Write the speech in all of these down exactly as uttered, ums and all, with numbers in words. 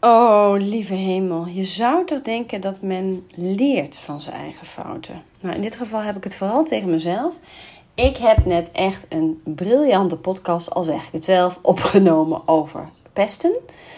Oh, lieve hemel. Je zou toch denken dat men leert van zijn eigen fouten. Nou, in dit geval heb ik het vooral tegen mezelf. Ik heb net echt een briljante podcast, al zeg ik het zelf, opgenomen over pesten.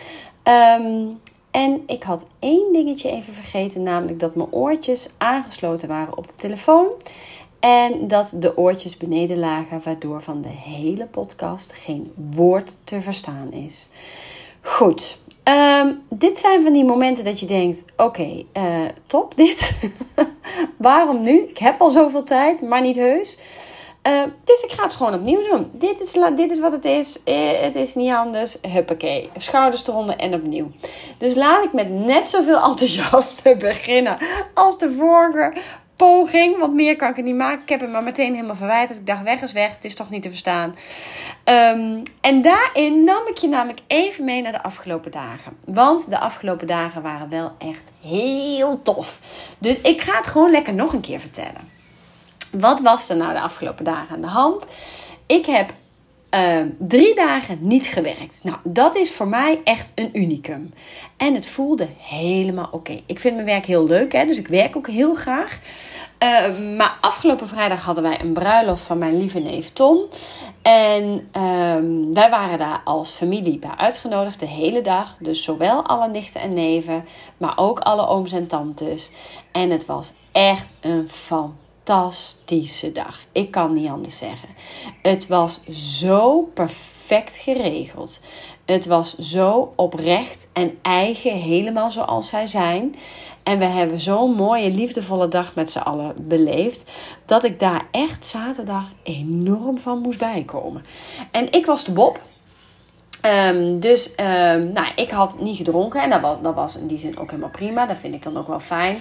Um, en ik had één dingetje even vergeten, namelijk dat mijn oortjes aangesloten waren op de telefoon. En dat de oortjes beneden lagen, waardoor van de hele podcast geen woord te verstaan is. Goed. Um, dit zijn van die momenten dat je denkt, oké, okay, uh, top dit. Waarom nu? Ik heb al zoveel tijd, maar niet heus. Uh, dus ik ga het gewoon opnieuw doen. Dit is, dit is wat het is. Uh, het is niet anders. Huppakee. Schouders eronder en opnieuw. Dus laat ik met net zoveel enthousiasme beginnen als de vorige poging. Want meer kan ik het niet maken. Ik heb hem maar meteen helemaal verwijderd. Ik dacht, weg is weg. Het is toch niet te verstaan. Um, en daarin nam ik je namelijk even mee naar de afgelopen dagen. Want de afgelopen dagen waren wel echt heel tof. Dus ik ga het gewoon lekker nog een keer vertellen. Wat was er nou de afgelopen dagen aan de hand? Ik heb uh, drie dagen niet gewerkt. Nou, dat is voor mij echt een unicum. En het voelde helemaal oké. Okay. Ik vind mijn werk heel leuk, hè? Dus ik werk ook heel graag. Uh, maar afgelopen vrijdag hadden wij een bruiloft van mijn lieve neef Tom. En um, wij waren daar als familie bij uitgenodigd de hele dag. Dus zowel alle nichten en neven, maar ook alle ooms en tantes. En het was echt een fantastisch. Fantastische dag. Ik kan niet anders zeggen. Het was zo perfect geregeld. Het was zo oprecht en eigen, helemaal zoals zij zijn. En we hebben zo'n mooie, liefdevolle dag met z'n allen beleefd, dat ik daar echt zaterdag enorm van moest bijkomen. En ik was de Bob. Um, dus um, nou, ik had niet gedronken en dat was, dat was in die zin ook helemaal prima. Dat vind ik dan ook wel fijn.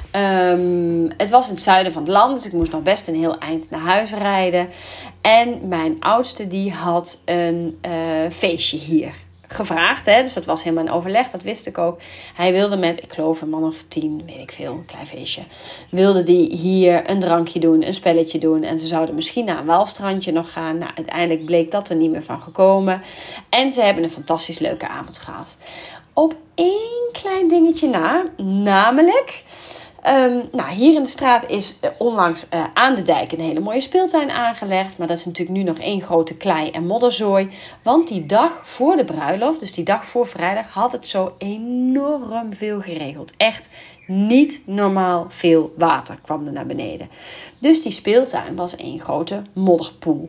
Um, het was in het zuiden van het land, dus ik moest nog best een heel eind naar huis rijden. En mijn oudste die had een uh, feestje hier gevraagd. Hè? Dus dat was helemaal in overleg, dat wist ik ook. Hij wilde met, ik geloof een man of tien, weet ik veel, een klein feestje. Wilde die hier een drankje doen, een spelletje doen. En ze zouden misschien naar een Waalstrandje nog gaan. Nou, uiteindelijk bleek dat er niet meer van gekomen. En ze hebben een fantastisch leuke avond gehad. Op één klein dingetje na, namelijk Um, nou, hier in de straat is uh, onlangs uh, aan de dijk een hele mooie speeltuin aangelegd. Maar dat is natuurlijk nu nog één grote klei- en modderzooi. Want die dag voor de bruiloft, dus die dag voor vrijdag, had het zo enorm veel geregeld. Echt niet normaal veel water kwam er naar beneden. Dus die speeltuin was één grote modderpoel.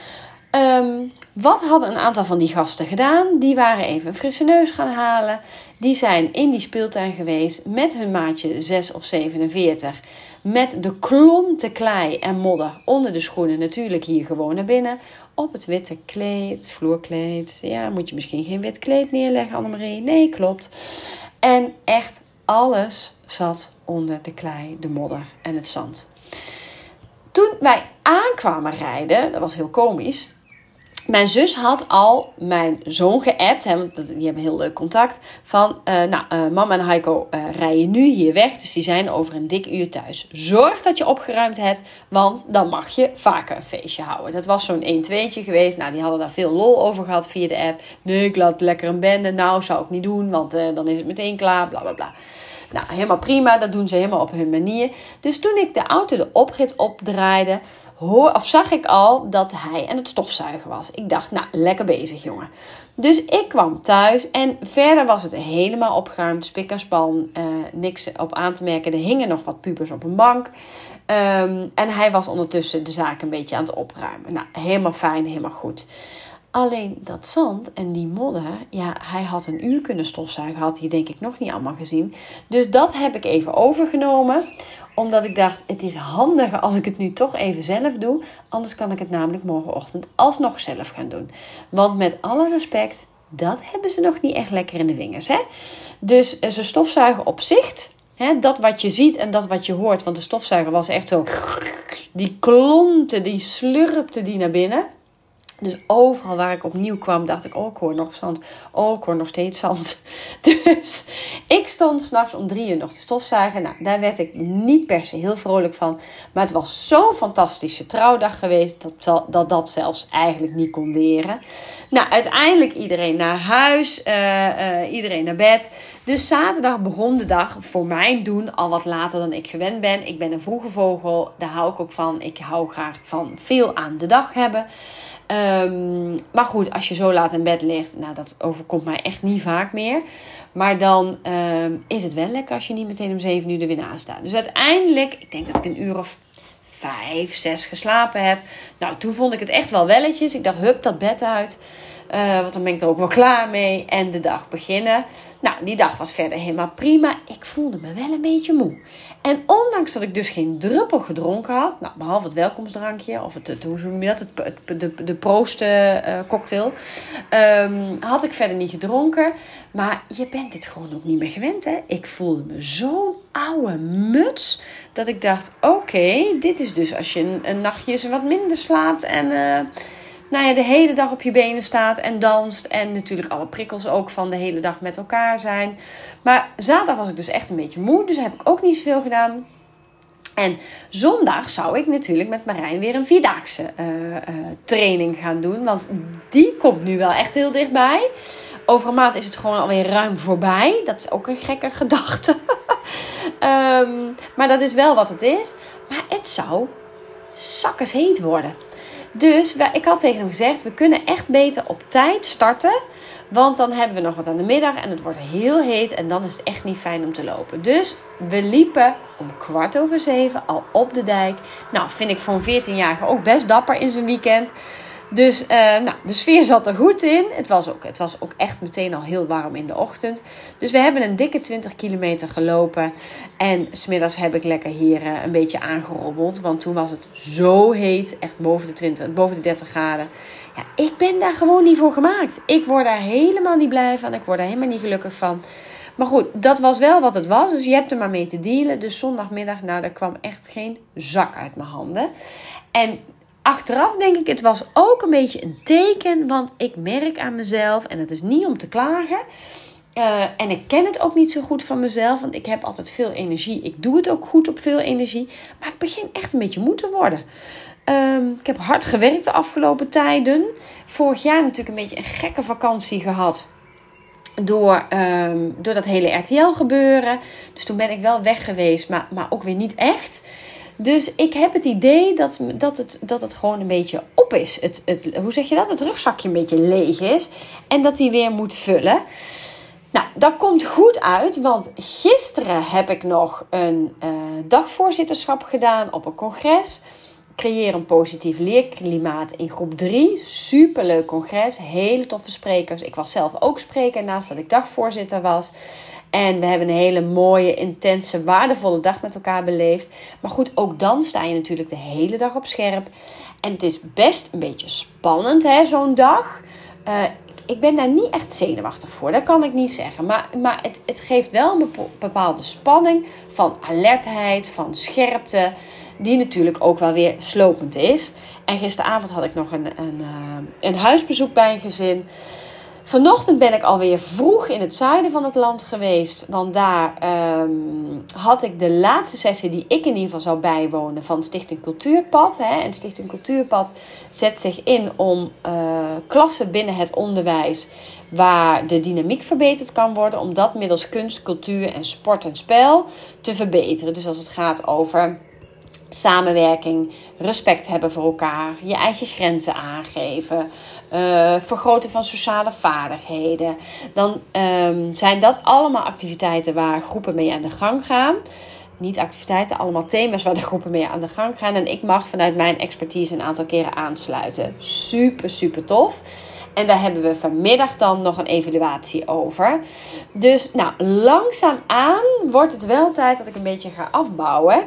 Um, wat hadden een aantal van die gasten gedaan? Die waren even een frisse neus gaan halen. Die zijn in die speeltuin geweest met hun maatje zes of zevenenveertig. Met de klonten klei en modder onder de schoenen. Natuurlijk hier gewoon naar binnen. Op het witte kleed, vloerkleed. Ja, moet je misschien geen wit kleed neerleggen, Annemarie? Nee, klopt. En echt alles zat onder de klei, de modder en het zand. Toen wij aankwamen rijden, dat was heel komisch. Mijn zus had al mijn zoon geappt, hè, want die hebben heel leuk contact, van uh, nou, uh, mama en Heiko uh, rijden nu hier weg, dus die zijn over een dik uur thuis. Zorg dat je opgeruimd hebt, want dan mag je vaker een feestje houden. Dat was zo'n één tweetje geweest, nou die hadden daar veel lol over gehad via de app. Nee, ik laat lekker een bende, nou zou ik niet doen, want uh, dan is het meteen klaar, bla bla bla. Nou, helemaal prima, dat doen ze helemaal op hun manier. Dus toen ik de auto de oprit opdraaide, hoor, of zag ik al dat hij aan het stofzuigen was. Ik dacht, nou, lekker bezig, jongen. Dus ik kwam thuis en verder was het helemaal opgeruimd, spik en span, uh, niks op aan te merken. Er hingen nog wat pubers op een bank. Um, en hij was ondertussen de zaak een beetje aan het opruimen. Nou, helemaal fijn, helemaal goed. Alleen dat zand en die modder, ja, hij had een uur kunnen stofzuigen. Had hij denk ik nog niet allemaal gezien. Dus dat heb ik even overgenomen. Omdat ik dacht, het is handiger als ik het nu toch even zelf doe. Anders kan ik het namelijk morgenochtend alsnog zelf gaan doen. Want met alle respect, dat hebben ze nog niet echt lekker in de vingers, hè? Dus ze stofzuigen op zicht. Hè, dat wat je ziet en dat wat je hoort. Want de stofzuiger was echt zo. Die klonte, die slurpte die naar binnen. Dus overal waar ik opnieuw kwam, dacht ik, oh, ik hoor nog zand. Oh, ik hoor nog steeds zand. Dus ik stond 's nachts om drie uur nog te stofzuigen. Nou, daar werd ik niet per se heel vrolijk van. Maar het was zo'n fantastische trouwdag geweest, dat dat, dat zelfs eigenlijk niet kon deren. Nou, uiteindelijk iedereen naar huis. Uh, uh, iedereen naar bed. Dus zaterdag begon de dag voor mijn doen al wat later dan ik gewend ben. Ik ben een vroege vogel. Daar hou ik ook van. Ik hou graag van veel aan de dag hebben. Um, maar goed, als je zo laat in bed ligt, nou, dat overkomt mij echt niet vaak meer. Maar dan um, is het wel lekker als je niet meteen om zeven uur er weer naast staat. Dus uiteindelijk, ik denk dat ik een uur of vijf, zes geslapen heb. Nou, toen vond ik het echt wel welletjes. Ik dacht, hup, dat bed uit. Uh, want dan ben ik er ook wel klaar mee. En de dag beginnen. Nou, die dag was verder helemaal prima. Ik voelde me wel een beetje moe. En ondanks dat ik dus geen druppel gedronken had. Nou, behalve het welkomstdrankje. Of het, het hoe noem je dat? Het, het, de, de proost uh, cocktail. Um, had ik verder niet gedronken. Maar je bent dit gewoon ook niet meer gewend, hè. Ik voelde me zo'n oude muts. Dat ik dacht, oké, okay, dit is dus als je een, een nachtje wat minder slaapt. En... Uh, Nou ja, de hele dag op je benen staat en danst. En natuurlijk alle prikkels ook van de hele dag met elkaar zijn. Maar zaterdag was ik dus echt een beetje moe. Dus heb ik ook niet zoveel gedaan. En zondag zou ik natuurlijk met Marijn weer een vierdaagse uh, uh, training gaan doen. Want die komt nu wel echt heel dichtbij. Over een maand is het gewoon alweer ruim voorbij. Dat is ook een gekke gedachte. um, maar dat is wel wat het is. Maar het zou zakkesheet worden. Dus ik had tegen hem gezegd, we kunnen echt beter op tijd starten. Want dan hebben we nog wat aan de middag en het wordt heel heet. En dan is het echt niet fijn om te lopen. Dus we liepen om kwart over zeven al op de dijk. Nou, vind ik voor een veertienjarige ook best dapper in zijn weekend. Dus uh, nou, de sfeer zat er goed in. Het was, ook, het was ook echt meteen al heel warm in de ochtend. Dus we hebben een dikke twintig kilometer gelopen. En 's middags heb ik lekker hier uh, een beetje aangerobbeld. Want toen was het zo heet. Echt boven de, twintig, boven de dertig graden. Ja, ik ben daar gewoon niet voor gemaakt. Ik word daar helemaal niet blij van. Ik word daar helemaal niet gelukkig van. Maar goed, dat was wel wat het was. Dus je hebt er maar mee te dealen. Dus zondagmiddag, nou, daar kwam echt geen zak uit mijn handen. En... achteraf denk ik, het was ook een beetje een teken. Want ik merk aan mezelf, en het is niet om te klagen. Uh, en ik ken het ook niet zo goed van mezelf. Want ik heb altijd veel energie. Ik doe het ook goed op veel energie. Maar ik begin echt een beetje moe te worden. Um, ik heb hard gewerkt de afgelopen tijden. Vorig jaar natuurlijk een beetje een gekke vakantie gehad. Door, um, door dat hele R T L gebeuren. Dus toen ben ik wel weg geweest. Maar, maar ook weer niet echt. Dus ik heb het idee dat, dat, het, dat het gewoon een beetje op is. Het, het, hoe zeg je dat? Het rugzakje een beetje leeg is. En dat hij weer moet vullen. Nou, dat komt goed uit. Want gisteren heb ik nog een uh, dagvoorzitterschap gedaan op een congres. Creëer een positief leerklimaat in groep drie. Superleuk congres. Hele toffe sprekers. Ik was zelf ook spreker naast dat ik dagvoorzitter was. En we hebben een hele mooie, intense, waardevolle dag met elkaar beleefd. Maar goed, ook dan sta je natuurlijk de hele dag op scherp. En het is best een beetje spannend, hè, zo'n dag. Uh, ik ben daar niet echt zenuwachtig voor, dat kan ik niet zeggen. Maar, maar het, het geeft wel een bepaalde spanning van alertheid, van scherpte. Die natuurlijk ook wel weer slopend is. En gisteravond had ik nog een, een, een huisbezoek bij een gezin. Vanochtend ben ik alweer vroeg in het zuiden van het land geweest. Want daar um, had ik de laatste sessie die ik in ieder geval zou bijwonen van Stichting Cultuurpad. Hè. En Stichting Cultuurpad zet zich in om uh, klassen binnen het onderwijs waar de dynamiek verbeterd kan worden. Om dat middels kunst, cultuur en sport en spel te verbeteren. Dus als het gaat over samenwerking, respect hebben voor elkaar, je eigen grenzen aangeven, uh, vergroten van sociale vaardigheden. Dan um, zijn dat allemaal activiteiten waar groepen mee aan de gang gaan. Niet activiteiten, allemaal thema's waar de groepen mee aan de gang gaan. En ik mag vanuit mijn expertise een aantal keren aansluiten. Super, super tof. En daar hebben we vanmiddag dan nog een evaluatie over. Dus nou, langzaamaan wordt het wel tijd dat ik een beetje ga afbouwen.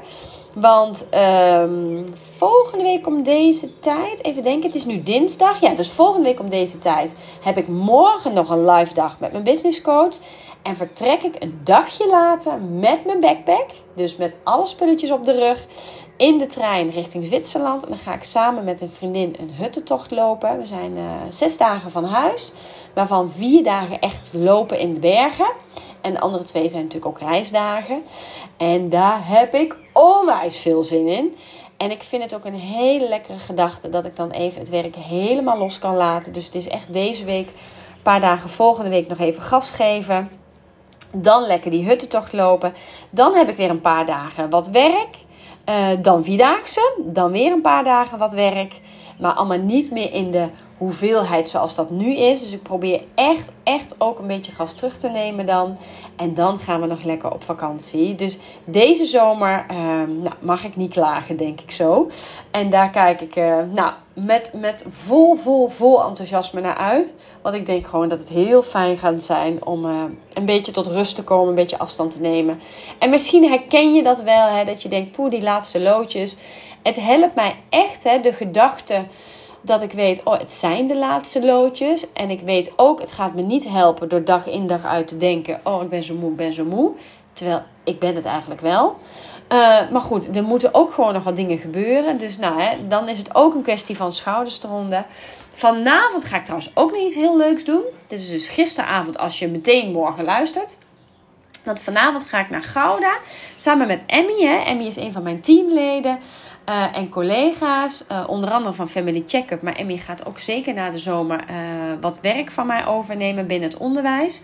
Want um, volgende week om deze tijd, even denken, het is nu dinsdag. Ja, dus volgende week om deze tijd heb ik morgen nog een live dag met mijn business coach. En vertrek ik een dagje later met mijn backpack, dus met alle spulletjes op de rug, in de trein richting Zwitserland. En dan ga ik samen met een vriendin een huttentocht lopen. We zijn uh, zes dagen van huis, waarvan vier dagen echt lopen in de bergen. En de andere twee zijn natuurlijk ook reisdagen. En daar heb ik onwijs veel zin in. En ik vind het ook een hele lekkere gedachte dat ik dan even het werk helemaal los kan laten. Dus het is echt deze week, een paar dagen volgende week nog even gas geven. Dan lekker die huttentocht lopen. Dan heb ik weer een paar dagen wat werk. Uh, dan vierdaagse. Dan weer een paar dagen wat werk. Maar allemaal niet meer in de hoeveelheid zoals dat nu is. Dus ik probeer echt, echt ook een beetje gas terug te nemen dan. En dan gaan we nog lekker op vakantie. Dus deze zomer uh, nou, mag ik niet klagen, denk ik zo. En daar kijk ik uh, nou, met, met vol, vol, vol enthousiasme naar uit. Want ik denk gewoon dat het heel fijn gaat zijn om uh, een beetje tot rust te komen. Een beetje afstand te nemen. En misschien herken je dat wel. Hè, dat je denkt, poeh, die laatste loodjes. Het helpt mij echt, hè, de gedachte dat ik weet, oh, het zijn de laatste loodjes. En ik weet ook, het gaat me niet helpen door dag in dag uit te denken, oh, ik ben zo moe, ik ben zo moe. Terwijl, ik ben het eigenlijk wel. Uh, maar goed, er moeten ook gewoon nog wat dingen gebeuren. Dus nou, hè, dan is het ook een kwestie van schouders eronder. Vanavond ga ik trouwens ook nog iets heel leuks doen. Dit is dus gisteravond als je meteen morgen luistert. Want vanavond ga ik naar Gouda samen met Emmy. Hè. Emmy is een van mijn teamleden uh, en collega's. Uh, onder andere van Family Check-up. Maar Emmy gaat ook zeker na de zomer uh, wat werk van mij overnemen binnen het onderwijs.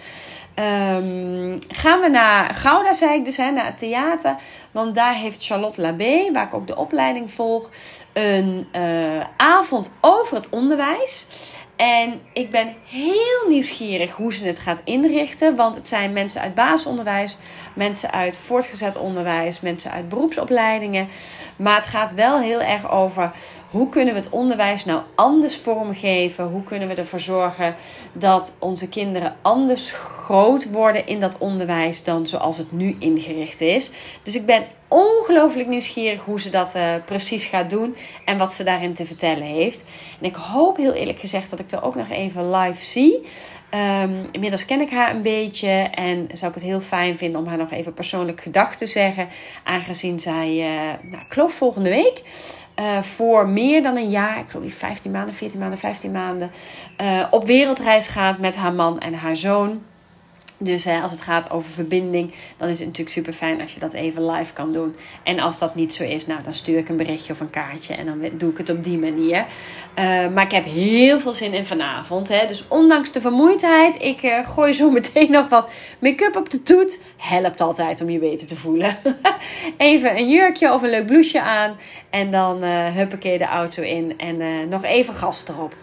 Um, gaan we naar Gouda, zei ik dus, hè, naar het theater. Want daar heeft Charlotte Labé, waar ik ook de opleiding volg, een uh, avond over het onderwijs. En ik ben heel nieuwsgierig hoe ze het gaat inrichten. Want het zijn mensen uit basisonderwijs, mensen uit voortgezet onderwijs, mensen uit beroepsopleidingen. Maar het gaat wel heel erg over hoe kunnen we het onderwijs nou anders vormgeven. Hoe kunnen we ervoor zorgen dat onze kinderen anders groot worden in dat onderwijs dan zoals het nu ingericht is. Dus ik ben ongelooflijk nieuwsgierig hoe ze dat uh, precies gaat doen en wat ze daarin te vertellen heeft. En ik hoop heel eerlijk gezegd dat ik er ook nog even live zie. Um, inmiddels ken ik haar een beetje en zou ik het heel fijn vinden om haar nog even persoonlijk gedag te zeggen. Aangezien zij, uh, nou, ik geloof volgende week, uh, voor meer dan een jaar, ik geloof vijftien maanden, veertien maanden, vijftien maanden, uh, op wereldreis gaat met haar man en haar zoon. Dus eh, als het gaat over verbinding, dan is het natuurlijk super fijn als je dat even live kan doen. En als dat niet zo is, nou, dan stuur ik een berichtje of een kaartje en dan doe ik het op die manier. Uh, maar ik heb heel veel zin in vanavond. Hè? Dus ondanks de vermoeidheid, ik uh, gooi zo meteen nog wat make-up op de toet. Helpt altijd om je beter te voelen. Even een jurkje of een leuk blouseje aan. En dan uh, huppakee de auto in en uh, nog even gas erop.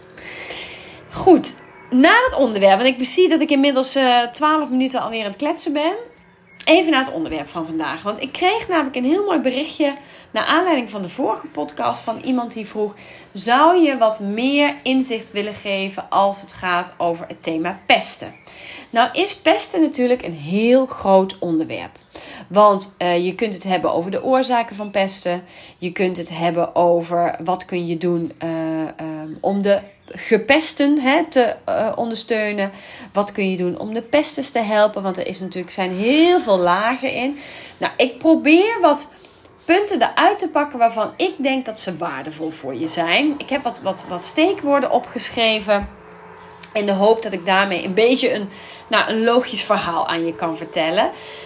Goed. Na het onderwerp, want ik zie dat ik inmiddels uh, twaalf minuten alweer aan het kletsen ben. Even naar het onderwerp van vandaag. Want ik kreeg namelijk een heel mooi berichtje naar aanleiding van de vorige podcast van iemand die vroeg: zou je wat meer inzicht willen geven als het gaat over het thema pesten? Nou is pesten natuurlijk een heel groot onderwerp. Want uh, je kunt het hebben over de oorzaken van pesten. Je kunt het hebben over wat kun je doen uh, um, om de gepesten hè, te uh, ondersteunen. Wat kun je doen om de pesters te helpen? Want er is natuurlijk, zijn heel veel lagen in. Nou, ik probeer wat punten eruit te pakken waarvan ik denk dat ze waardevol voor je zijn. Ik heb wat, wat, wat steekwoorden opgeschreven in de hoop dat ik daarmee een beetje een, nou, een logisch verhaal aan je kan vertellen.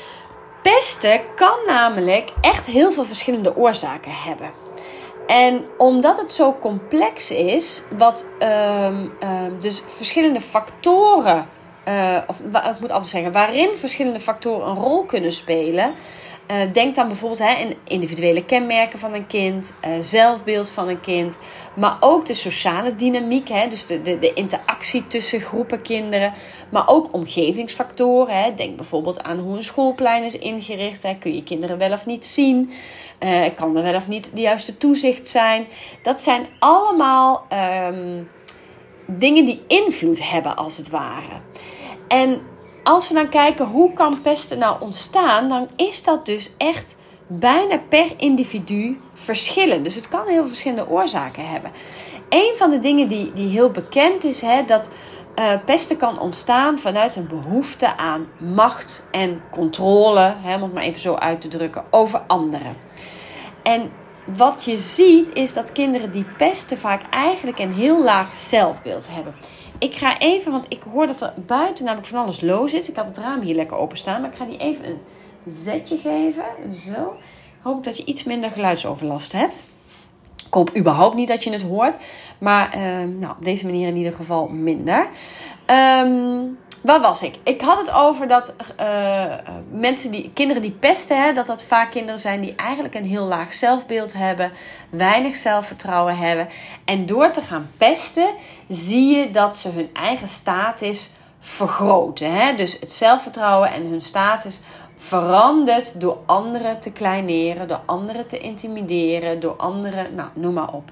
Pesten kan namelijk echt heel veel verschillende oorzaken hebben. En omdat het zo complex is, wat um, um, dus verschillende factoren, uh, of ik moet altijd zeggen, waarin verschillende factoren een rol kunnen spelen. Uh, denk dan bijvoorbeeld hè, in individuele kenmerken van een kind, uh, zelfbeeld van een kind, maar ook de sociale dynamiek, hè, dus de, de, de interactie tussen groepen kinderen, maar ook omgevingsfactoren. Hè. Denk bijvoorbeeld aan hoe een schoolplein is ingericht. Hè. Kun je kinderen wel of niet zien? Uh, kan er wel of niet de juiste toezicht zijn? Dat zijn allemaal um, dingen die invloed hebben als het ware. En als we dan kijken hoe kan pesten nou ontstaan, dan is dat dus echt bijna per individu verschillen. Dus het kan heel verschillende oorzaken hebben. Een van de dingen die, die heel bekend is, hè, dat uh, pesten kan ontstaan vanuit een behoefte aan macht en controle, hè, om het maar even zo uit te drukken, over anderen. En wat je ziet is dat kinderen die pesten vaak eigenlijk een heel laag zelfbeeld hebben. Ik ga even, want ik hoor dat er buiten namelijk van alles los is. Ik had het raam hier lekker openstaan, maar ik ga die even een zetje geven. Zo. Ik hoop dat je iets minder geluidsoverlast hebt. Ik hoop überhaupt niet dat je het hoort. Maar uh, nou, op deze manier in ieder geval minder. Um, waar was ik? Ik had het over dat uh, mensen die, kinderen die pesten, hè, dat dat vaak kinderen zijn die eigenlijk een heel laag zelfbeeld hebben. Weinig zelfvertrouwen hebben. En door te gaan pesten zie je dat ze hun eigen status vergroten. Hè? Dus het zelfvertrouwen en hun status verandert door anderen te kleineren, door anderen te intimideren, door anderen, nou, noem maar op.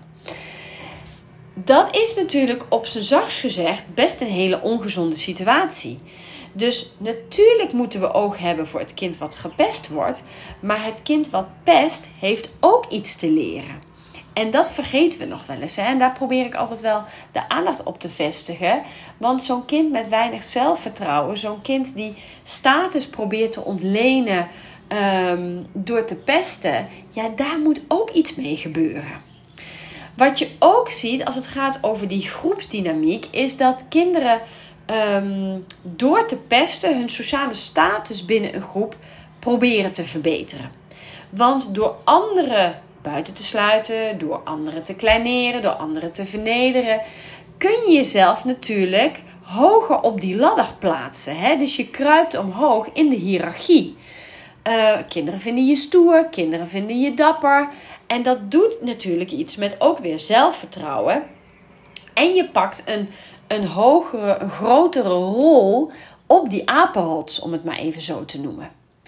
Dat is natuurlijk op z'n zachtst gezegd best een hele ongezonde situatie. Dus natuurlijk moeten we oog hebben voor het kind wat gepest wordt, maar het kind wat pest heeft ook iets te leren. En dat vergeten we nog wel eens. Hè? En daar probeer ik altijd wel de aandacht op te vestigen. Want zo'n kind met weinig zelfvertrouwen, zo'n kind die status probeert te ontlenen um, door te pesten, ja, daar moet ook iets mee gebeuren. Wat je ook ziet als het gaat over die groepsdynamiek, is dat kinderen um, door te pesten hun sociale status binnen een groep proberen te verbeteren. Want door anderen buiten te sluiten, door anderen te kleineren, door anderen te vernederen, kun je jezelf natuurlijk hoger op die ladder plaatsen. Hè? Dus je kruipt omhoog in de hiërarchie. Uh, kinderen vinden je stoer, kinderen vinden je dapper. En dat doet natuurlijk iets met ook weer zelfvertrouwen. En je pakt een, een hogere, een grotere rol op die apenrots, om het maar even zo te noemen.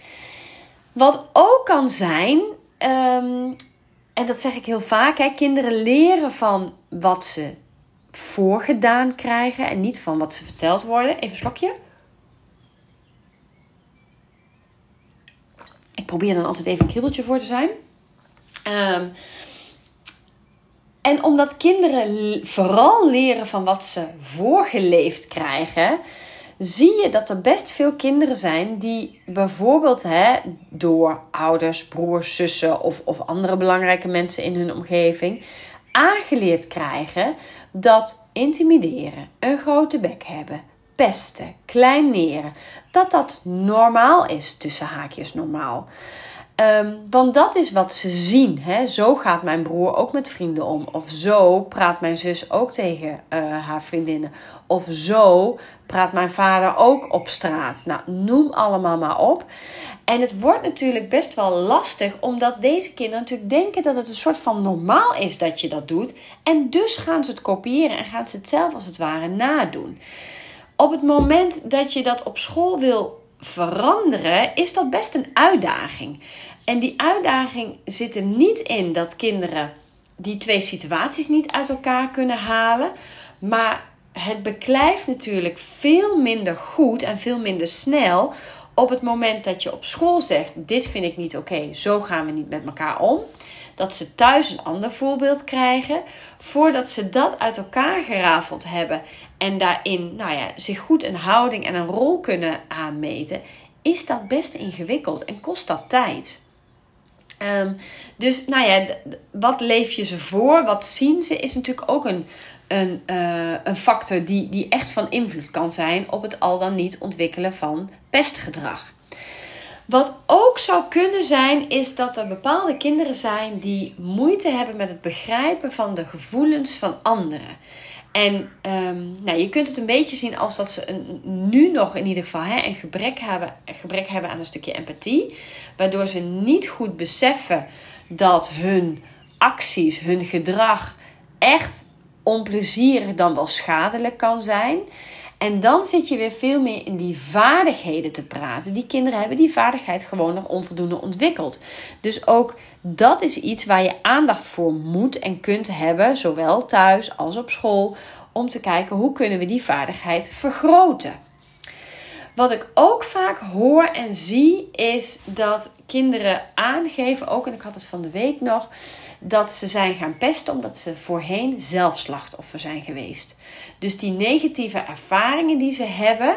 Wat ook kan zijn, um, en dat zeg ik heel vaak, hè, kinderen leren van wat ze voorgedaan krijgen en niet van wat ze verteld worden. Even een slokje. Ik probeer dan altijd even een kriebeltje voor te zijn. Um, en omdat kinderen vooral leren van wat ze voorgeleefd krijgen, zie je dat er best veel kinderen zijn die bijvoorbeeld hè, door ouders, broers, zussen of, of andere belangrijke mensen in hun omgeving aangeleerd krijgen dat intimideren, een grote bek hebben, pesten, kleineren, dat dat normaal is, tussen haakjes normaal. Um, want dat is wat ze zien. Hè? Zo gaat mijn broer ook met vrienden om. Of zo praat mijn zus ook tegen uh, haar vriendinnen. Of zo praat mijn vader ook op straat. Nou, noem allemaal maar op. En het wordt natuurlijk best wel lastig, omdat deze kinderen natuurlijk denken dat het een soort van normaal is dat je dat doet. En dus gaan ze het kopiëren en gaan ze het zelf als het ware nadoen. Op het moment dat je dat op school wil veranderen, is dat best een uitdaging. En die uitdaging zit hem niet in dat kinderen die twee situaties niet uit elkaar kunnen halen. Maar het beklijft natuurlijk veel minder goed en veel minder snel op het moment dat je op school zegt: dit vind ik niet oké, zo gaan we niet met elkaar om. Dat ze thuis een ander voorbeeld krijgen, voordat ze dat uit elkaar gerafeld hebben en daarin nou ja, zich goed een houding en een rol kunnen aanmeten, is dat best ingewikkeld en kost dat tijd. Um, dus nou ja, wat leef je ze voor, wat zien ze, is natuurlijk ook een, een, uh, een factor die, die echt van invloed kan zijn op het al dan niet ontwikkelen van pestgedrag. Wat ook zou kunnen zijn, is dat er bepaalde kinderen zijn die moeite hebben met het begrijpen van de gevoelens van anderen. En um, nou, je kunt het een beetje zien als dat ze een, nu nog in ieder geval hè, een, gebrek hebben, een gebrek hebben aan een stukje empathie. Waardoor ze niet goed beseffen dat hun acties, hun gedrag echt onplezierig dan wel schadelijk kan zijn. En dan zit je weer veel meer in die vaardigheden te praten. Die kinderen hebben die vaardigheid gewoon nog onvoldoende ontwikkeld. Dus ook dat is iets waar je aandacht voor moet en kunt hebben, zowel thuis als op school, om te kijken hoe kunnen we die vaardigheid vergroten. Wat ik ook vaak hoor en zie is dat kinderen aangeven, ook en ik had het van de week nog, dat ze zijn gaan pesten omdat ze voorheen zelf slachtoffer zijn geweest. Dus die negatieve ervaringen die ze hebben,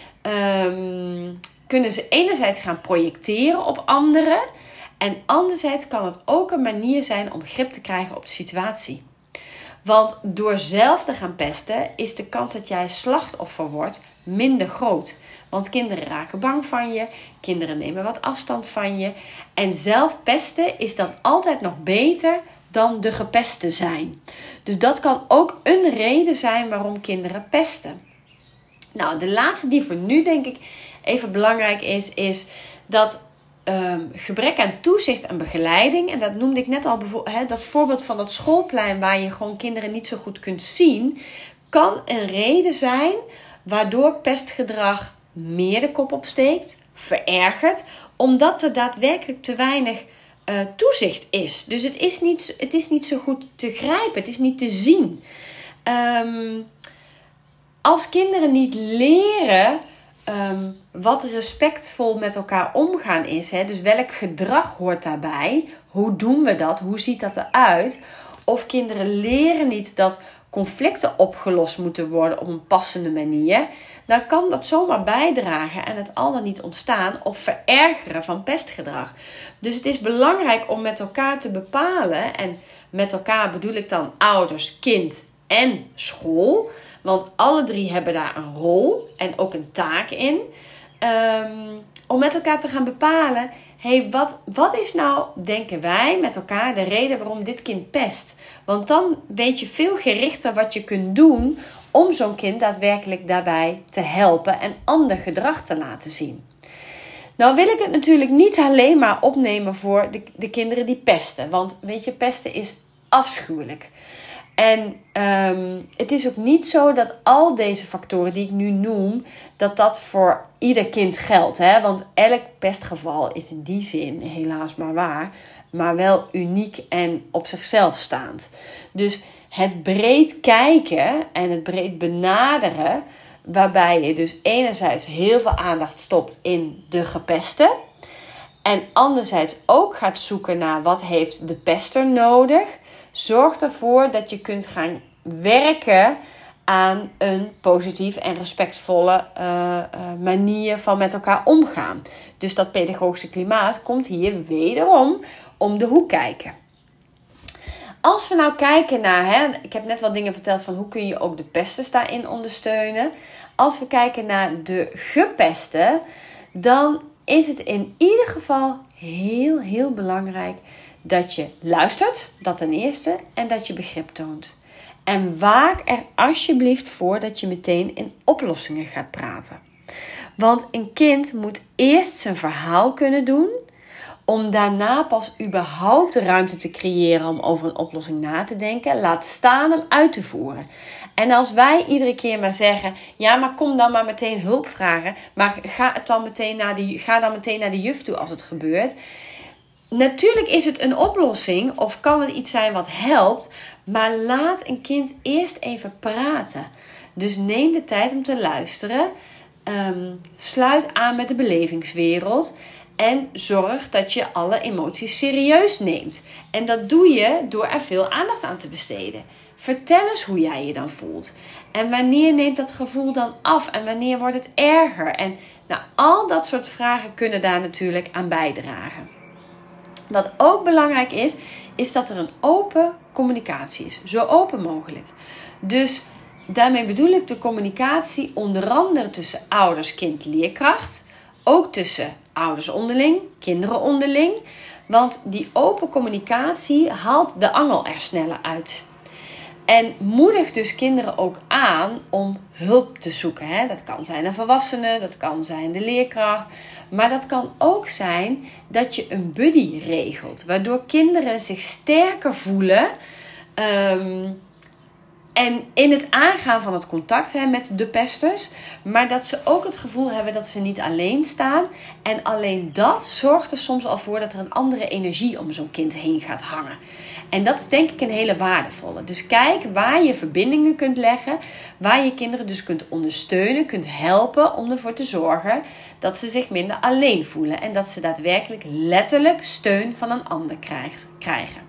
um, kunnen ze enerzijds gaan projecteren op anderen. En anderzijds kan het ook een manier zijn om grip te krijgen op de situatie. Want door zelf te gaan pesten is de kans dat jij slachtoffer wordt minder groot. Want kinderen raken bang van je, kinderen nemen wat afstand van je. En zelf pesten is dan altijd nog beter dan de gepeste zijn. Dus dat kan ook een reden zijn waarom kinderen pesten. Nou, de laatste die voor nu denk ik even belangrijk is, is dat um, gebrek aan toezicht en begeleiding, en dat noemde ik net al, he, dat voorbeeld van dat schoolplein waar je gewoon kinderen niet zo goed kunt zien, kan een reden zijn waardoor pestgedrag meer de kop opsteekt, verergert, omdat er daadwerkelijk te weinig uh, toezicht is. Dus het is, niet, het is niet zo goed te grijpen, het is niet te zien. Um, als kinderen niet leren um, wat respectvol met elkaar omgaan is, hè, dus welk gedrag hoort daarbij, hoe doen we dat, hoe ziet dat eruit, of kinderen leren niet dat conflicten opgelost moeten worden op een passende manier, dan kan dat zomaar bijdragen en het al dan niet ontstaan of verergeren van pestgedrag. Dus het is belangrijk om met elkaar te bepalen, en met elkaar bedoel ik dan ouders, kind en school, want alle drie hebben daar een rol en ook een taak in, um, om met elkaar te gaan bepalen, hey, wat, wat is nou, denken wij met elkaar, de reden waarom dit kind pest? Want dan weet je veel gerichter wat je kunt doen om zo'n kind daadwerkelijk daarbij te helpen en ander gedrag te laten zien. Nou wil ik het natuurlijk niet alleen maar opnemen voor de, de kinderen die pesten. Want weet je, pesten is afschuwelijk. En um, het is ook niet zo dat al deze factoren die ik nu noem, dat dat voor ieder kind geldt. Hè? Want elk pestgeval is in die zin helaas maar waar, maar wel uniek en op zichzelf staand. Dus het breed kijken en het breed benaderen, waarbij je dus enerzijds heel veel aandacht stopt in de gepeste, en anderzijds ook gaat zoeken naar wat heeft de pester nodig, zorgt ervoor dat je kunt gaan werken aan een positief en respectvolle uh, uh, manier van met elkaar omgaan. Dus dat pedagogische klimaat komt hier wederom om de hoek kijken. Als we nou kijken naar, hè, ik heb net wat dingen verteld van hoe kun je ook de pesters daarin ondersteunen. Als we kijken naar de gepesten, dan is het in ieder geval heel, heel belangrijk dat je luistert, dat ten eerste, en dat je begrip toont. En waak er alsjeblieft voor dat je meteen in oplossingen gaat praten. Want een kind moet eerst zijn verhaal kunnen doen, om daarna pas überhaupt de ruimte te creëren om over een oplossing na te denken. Laat staan hem uit te voeren. En als wij iedere keer maar zeggen, ja, maar kom dan maar meteen hulp vragen, maar ga, het dan meteen naar de, ga dan meteen naar de juf toe als het gebeurt. Natuurlijk is het een oplossing of kan het iets zijn wat helpt, maar laat een kind eerst even praten. Dus neem de tijd om te luisteren. Um, sluit aan met de belevingswereld. En zorg dat je alle emoties serieus neemt. En dat doe je door er veel aandacht aan te besteden. Vertel eens hoe jij je dan voelt. En wanneer neemt dat gevoel dan af? En wanneer wordt het erger? En nou, al dat soort vragen kunnen daar natuurlijk aan bijdragen. Wat ook belangrijk is, is dat er een open communicatie is. Zo open mogelijk. Dus daarmee bedoel ik de communicatie onder andere tussen ouders, kind, leerkracht. Ook tussen ouders onderling, kinderen onderling. Want die open communicatie haalt de angel er sneller uit. En moedig dus kinderen ook aan om hulp te zoeken. Hè? Dat kan zijn een volwassene, dat kan zijn de leerkracht. Maar dat kan ook zijn dat je een buddy regelt. Waardoor kinderen zich sterker voelen um, En in het aangaan van het contact hè, met de pesters. Maar dat ze ook het gevoel hebben dat ze niet alleen staan. En alleen dat zorgt er soms al voor dat er een andere energie om zo'n kind heen gaat hangen. En dat is denk ik een hele waardevolle. Dus kijk waar je verbindingen kunt leggen. Waar je kinderen dus kunt ondersteunen, kunt helpen om ervoor te zorgen dat ze zich minder alleen voelen. En dat ze daadwerkelijk letterlijk steun van een ander krijgen.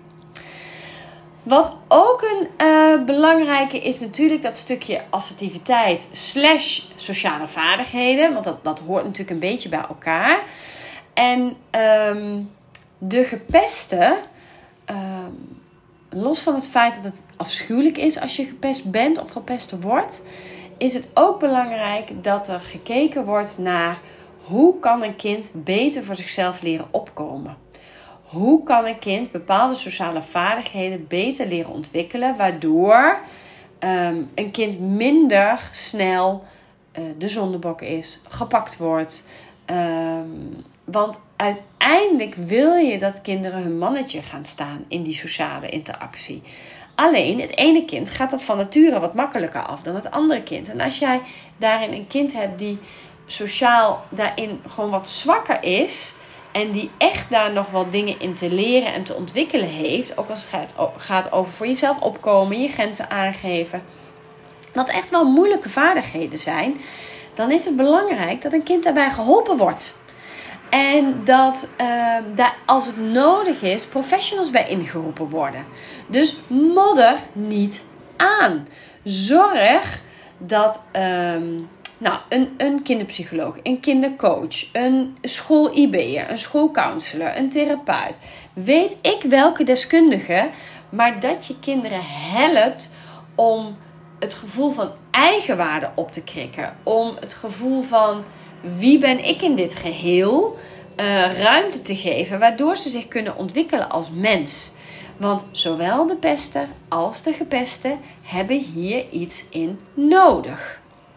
Wat ook een uh, belangrijke is natuurlijk dat stukje assertiviteit slash sociale vaardigheden. Want dat, dat hoort natuurlijk een beetje bij elkaar. En um, de gepeste, um, los van het feit dat het afschuwelijk is als je gepest bent of gepest wordt, is het ook belangrijk dat er gekeken wordt naar hoe kan een kind beter voor zichzelf leren opkomen. Hoe kan een kind bepaalde sociale vaardigheden beter leren ontwikkelen, waardoor um, een kind minder snel uh, de zondebok is, gepakt wordt. Um, want uiteindelijk wil je dat kinderen hun mannetje gaan staan in die sociale interactie. Alleen het ene kind gaat dat van nature wat makkelijker af dan het andere kind. En als jij daarin een kind hebt die sociaal daarin gewoon wat zwakker is en die echt daar nog wel dingen in te leren en te ontwikkelen heeft, ook als het gaat over voor jezelf opkomen, je grenzen aangeven, wat echt wel moeilijke vaardigheden zijn, dan is het belangrijk dat een kind daarbij geholpen wordt. En dat uh, daar, als het nodig is, professionals bij ingeroepen worden. Dus modder niet aan. Zorg dat um, nou, een, een kinderpsycholoog, een kindercoach, een school-I B'er, een schoolcounselor, een therapeut, weet ik welke deskundige, maar dat je kinderen helpt om het gevoel van eigenwaarde op te krikken. Om het gevoel van wie ben ik in dit geheel uh, ruimte te geven, waardoor ze zich kunnen ontwikkelen als mens. Want zowel de pester als de gepeste hebben hier iets in nodig.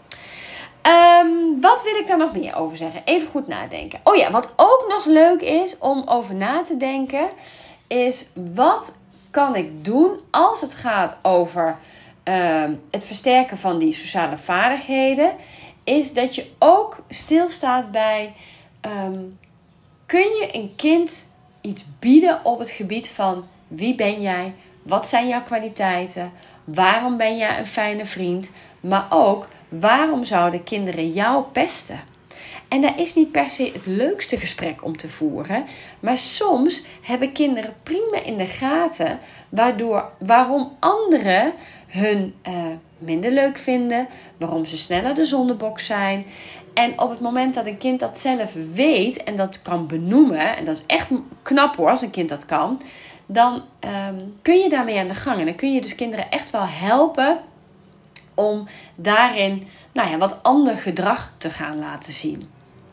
Um, wat wil ik daar nog meer over zeggen? Even goed nadenken. Oh ja, wat ook nog leuk is om over na te denken, is wat kan ik doen als het gaat over um, het versterken van die sociale vaardigheden, is dat je ook stilstaat bij, um, kun je een kind iets bieden op het gebied van wie ben jij, wat zijn jouw kwaliteiten, waarom ben jij een fijne vriend, maar ook waarom zouden kinderen jou pesten? En dat is niet per se het leukste gesprek om te voeren, maar soms hebben kinderen prima in de gaten waardoor, waarom anderen hun uh, minder leuk vinden, waarom ze sneller de zondebok zijn. En op het moment dat een kind dat zelf weet en dat kan benoemen, en dat is echt knap hoor als een kind dat kan, dan um, kun je daarmee aan de gang. En dan kun je dus kinderen echt wel helpen om daarin nou ja, wat ander gedrag te gaan laten zien.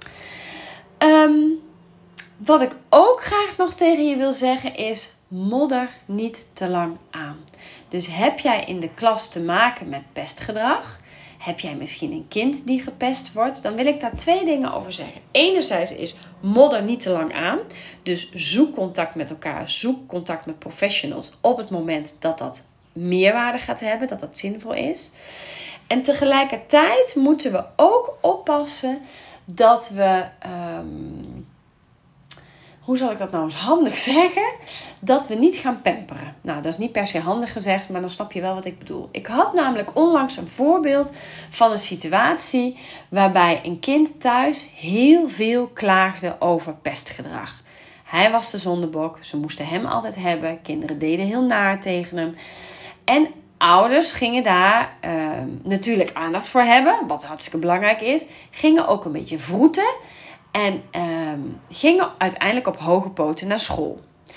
Um, wat ik ook graag nog tegen je wil zeggen is, modder niet te lang aan. Dus heb jij in de klas te maken met pestgedrag? Heb jij misschien een kind die gepest wordt? Dan wil ik daar twee dingen over zeggen. Enerzijds is modder niet te lang aan. Dus zoek contact met elkaar. Zoek contact met professionals op het moment dat dat meerwaarde gaat hebben. Dat dat zinvol is. En tegelijkertijd moeten we ook oppassen dat we, um, hoe zal ik dat nou eens handig zeggen? Dat we niet gaan pamperen. Nou, dat is niet per se handig gezegd, maar dan snap je wel wat ik bedoel. Ik had namelijk onlangs een voorbeeld van een situatie waarbij een kind thuis heel veel klaagde over pestgedrag. Hij was de zondebok, ze moesten hem altijd hebben, kinderen deden heel naar tegen hem. En ouders gingen daar uh, natuurlijk aandacht voor hebben, wat hartstikke belangrijk is. Gingen ook een beetje vroeten en uh, gingen uiteindelijk op hoge poten naar school.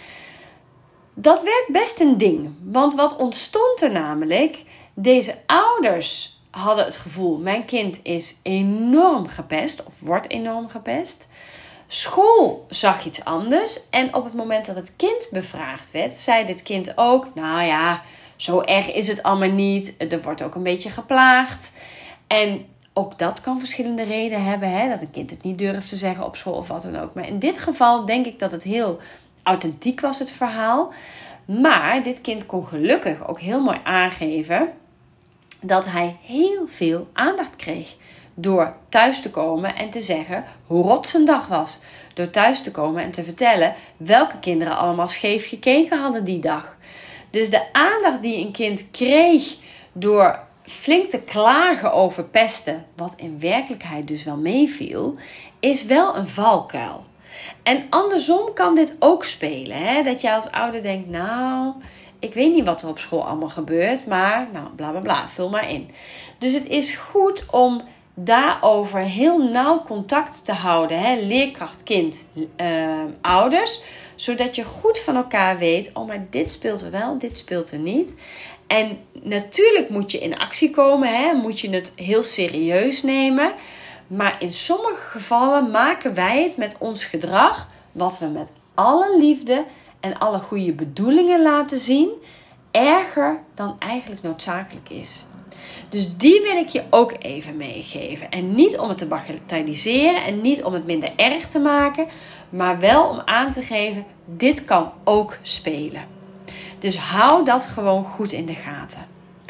Dat werd best een ding, want wat ontstond er namelijk? Deze ouders hadden het gevoel, mijn kind is enorm gepest of wordt enorm gepest. School zag iets anders en op het moment dat het kind bevraagd werd, zei dit kind ook, nou ja, zo erg is het allemaal niet. Er wordt ook een beetje geplaagd. En ook dat kan verschillende redenen hebben. Hè? Dat een kind het niet durft te zeggen op school of wat dan ook. Maar in dit geval denk ik dat het heel authentiek was, het verhaal. Maar dit kind kon gelukkig ook heel mooi aangeven dat hij heel veel aandacht kreeg. Door thuis te komen en te zeggen hoe rot zijn dag was. Door thuis te komen en te vertellen welke kinderen allemaal scheef gekeken hadden die dag. Dus de aandacht die een kind kreeg door flink te klagen over pesten, wat in werkelijkheid dus wel meeviel, is wel een valkuil. En andersom kan dit ook spelen. Hè? Dat je als ouder denkt, nou, ik weet niet wat er op school allemaal gebeurt, maar nou, bla bla bla, vul maar in. Dus het is goed om daarover heel nauw contact te houden. Hè? Leerkracht, kind, uh, ouders. Zodat je goed van elkaar weet, oh maar dit speelt er wel, dit speelt er niet. En natuurlijk moet je in actie komen. Hè? Moet je het heel serieus nemen. Maar in sommige gevallen maken wij het met ons gedrag, wat we met alle liefde en alle goede bedoelingen laten zien, erger dan eigenlijk noodzakelijk is. Dus die wil ik je ook even meegeven. En niet om het te bagatelliseren en niet om het minder erg te maken, maar wel om aan te geven, dit kan ook spelen. Dus hou dat gewoon goed in de gaten.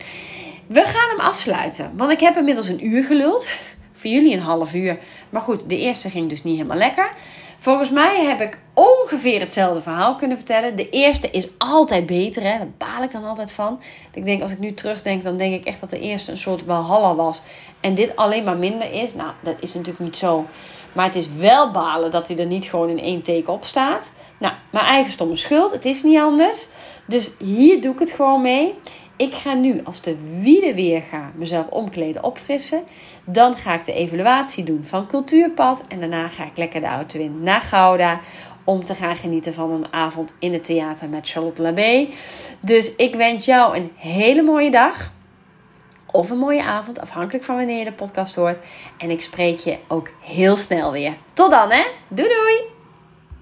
We gaan hem afsluiten, want ik heb inmiddels een uur geluld. Voor jullie een half uur. Maar goed, de eerste ging dus niet helemaal lekker. Volgens mij heb ik ongeveer hetzelfde verhaal kunnen vertellen. De eerste is altijd beter, hè? Daar baal ik dan altijd van. Ik denk, als ik nu terugdenk, dan denk ik echt dat de eerste een soort walhalla was. En dit alleen maar minder is. Nou, dat is natuurlijk niet zo. Maar het is wel balen dat hij er niet gewoon in één take op staat. Nou, mijn eigen stomme schuld. Het is niet anders. Dus hier doe ik het gewoon mee. Ik ga nu, als de wiede weer ga, mezelf omkleden, opfrissen. Dan ga ik de evaluatie doen van Cultuurpad. En daarna ga ik lekker de auto in naar Gouda. Om te gaan genieten van een avond in het theater met Charlotte Labé. Dus ik wens jou een hele mooie dag. Of een mooie avond, afhankelijk van wanneer je de podcast hoort. En ik spreek je ook heel snel weer. Tot dan, hè. Doei doei.